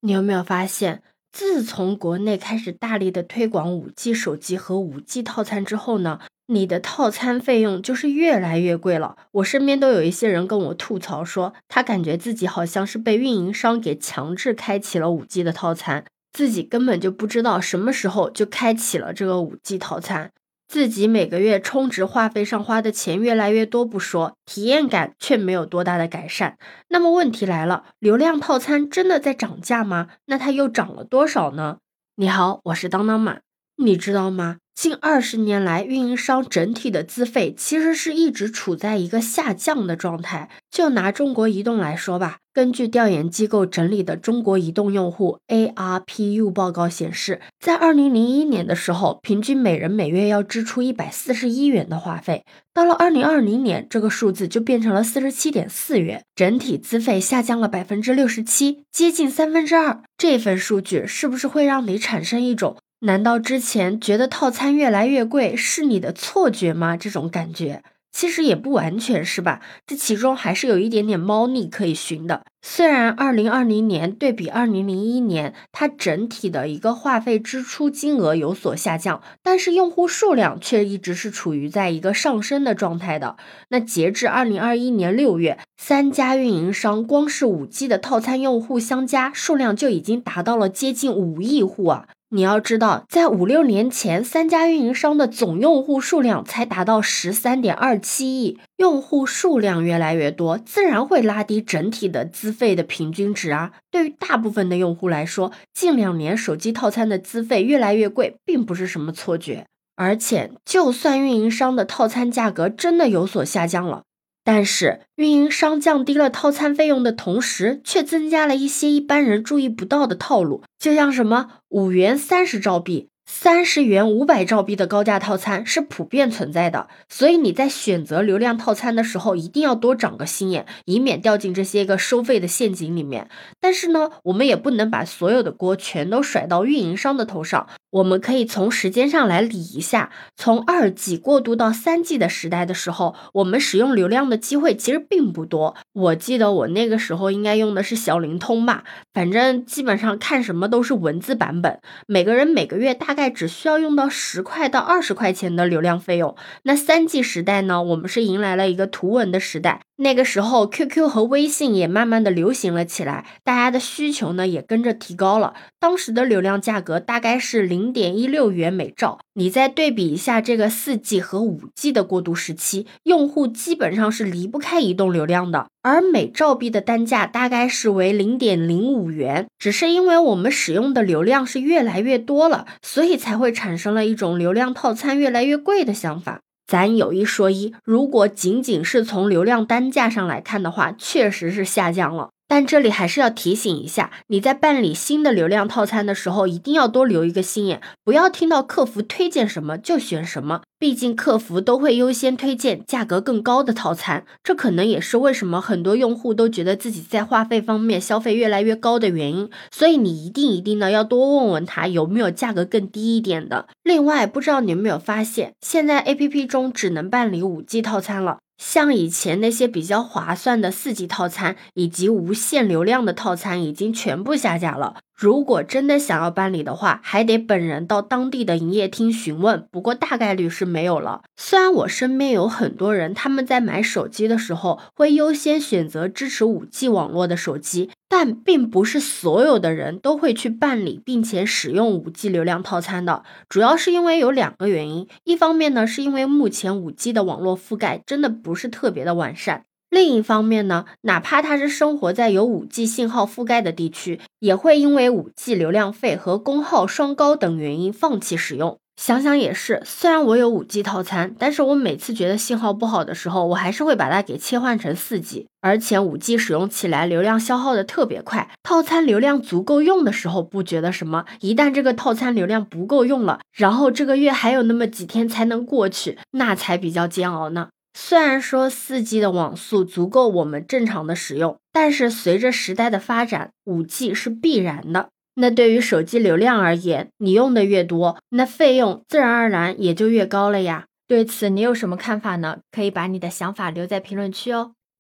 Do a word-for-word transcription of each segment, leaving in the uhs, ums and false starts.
你有没有发现，自从国内开始大力的推广 五 G 手机和 五 G 套餐之后呢，你的套餐费用就是越来越贵了。我身边都有一些人跟我吐槽说，他感觉自己好像是被运营商给强制开启了 五 G 的套餐，自己根本就不知道什么时候就开启了这个 五 G 套餐。自己每个月充值话费上花的钱越来越多不说，体验感却没有多大的改善。那么问题来了，流量套餐真的在涨价吗？那它又涨了多少呢？你好，我是当当马。你知道吗？近二十年来，运营商整体的资费其实是一直处在一个下降的状态。就拿中国移动来说吧，根据调研机构整理的中国移动用户 A R P U 报告显示，在二零零一年的时候，平均每人每月要支出一百四十一元的话费，到了二零二零年，这个数字就变成了四十七点四元，整体资费下降了百分之六十七，接近三分之二。这份数据是不是会让你产生一种难道之前觉得套餐越来越贵是你的错觉吗？这种感觉其实也不完全是吧，这其中还是有一点点猫腻可以寻的。虽然二零二零年对比二零零一年，它整体的一个话费支出金额有所下降，但是用户数量却一直是处于在一个上升的状态的。那截至二零二一年六月，三家运营商光是 五 G 的套餐用户相加，数量就已经达到了接近五亿户啊。你要知道，在五六年前，三家运营商的总用户数量才达到 十三点二七亿，用户数量越来越多，自然会拉低整体的资费的平均值啊。对于大部分的用户来说，近两年手机套餐的资费越来越贵，并不是什么错觉。而且，就算运营商的套餐价格真的有所下降了，但是运营商降低了套餐费用的同时，却增加了一些一般人注意不到的套路，就像什么五元三十兆币、三十元五百兆币的高价套餐是普遍存在的。所以你在选择流量套餐的时候，一定要多长个心眼，以免掉进这些个收费的陷阱里面。但是呢，我们也不能把所有的锅全都甩到运营商的头上，我们可以从时间上来理一下。从二 G 过渡到三 G 的时代的时候，我们使用流量的机会其实并不多。我记得我那个时候应该用的是小灵通吧，反正基本上看什么都是文字版本，每个人每个月大概只需要用到十块到二十块钱的流量费用。那三 G 时代呢，我们是迎来了一个图文的时代，那个时候 Q Q 和微信也慢慢的流行了起来，大家的需求呢也跟着提高了。当时的流量价格大概是 零点一六元每兆，你再对比一下这个四 G 和五 G 的过渡时期，用户基本上是离不开移动流量的，而每兆币的单价大概是为 零点零五元，只是因为我们使用的流量是越来越多了，所以才会产生了一种流量套餐越来越贵的想法。咱有一说一，如果仅仅是从流量单价上来看的话，确实是下降了。但这里还是要提醒一下，你在办理新的流量套餐的时候，一定要多留一个心眼，不要听到客服推荐什么就选什么，毕竟客服都会优先推荐价格更高的套餐，这可能也是为什么很多用户都觉得自己在话费方面消费越来越高的原因。所以你一定一定的要多问问他有没有价格更低一点的。另外，不知道你有没有发现，现在 A P P 中只能办理 五 G 套餐了，像以前那些比较划算的四 G 套餐以及无限流量的套餐已经全部下架了。如果真的想要办理的话，还得本人到当地的营业厅询问，不过大概率是没有了。虽然我身边有很多人，他们在买手机的时候会优先选择支持 五 G 网络的手机，但并不是所有的人都会去办理并且使用 五 G 流量套餐的，主要是因为有两个原因。一方面呢，是因为目前 五 G 的网络覆盖真的不是特别的完善，另一方面呢，哪怕他是生活在有 五 G 信号覆盖的地区，也会因为 五 G 流量费和功耗双高等原因放弃使用。想想也是，虽然我有 五 G 套餐，但是我每次觉得信号不好的时候，我还是会把它给切换成 四 G， 而且 五 G 使用起来流量消耗的特别快，套餐流量足够用的时候不觉得什么，一旦这个套餐流量不够用了，然后这个月还有那么几天才能过去，那才比较煎熬呢。虽然说 四 G 的网速足够我们正常的使用，但是随着时代的发展， 五 G 是必然的。那对于手机流量而言，你用的越多，那费用自然而然也就越高了呀。对此你有什么看法呢？可以把你的想法留在评论区哦。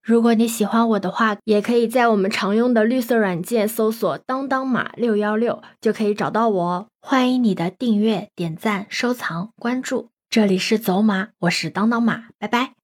如果你喜欢我的话，也可以在我们常用的绿色软件搜索当当马六一六，就可以找到我哦。欢迎你的订阅、点赞、收藏、关注。这里是走马，我是当当马，拜拜。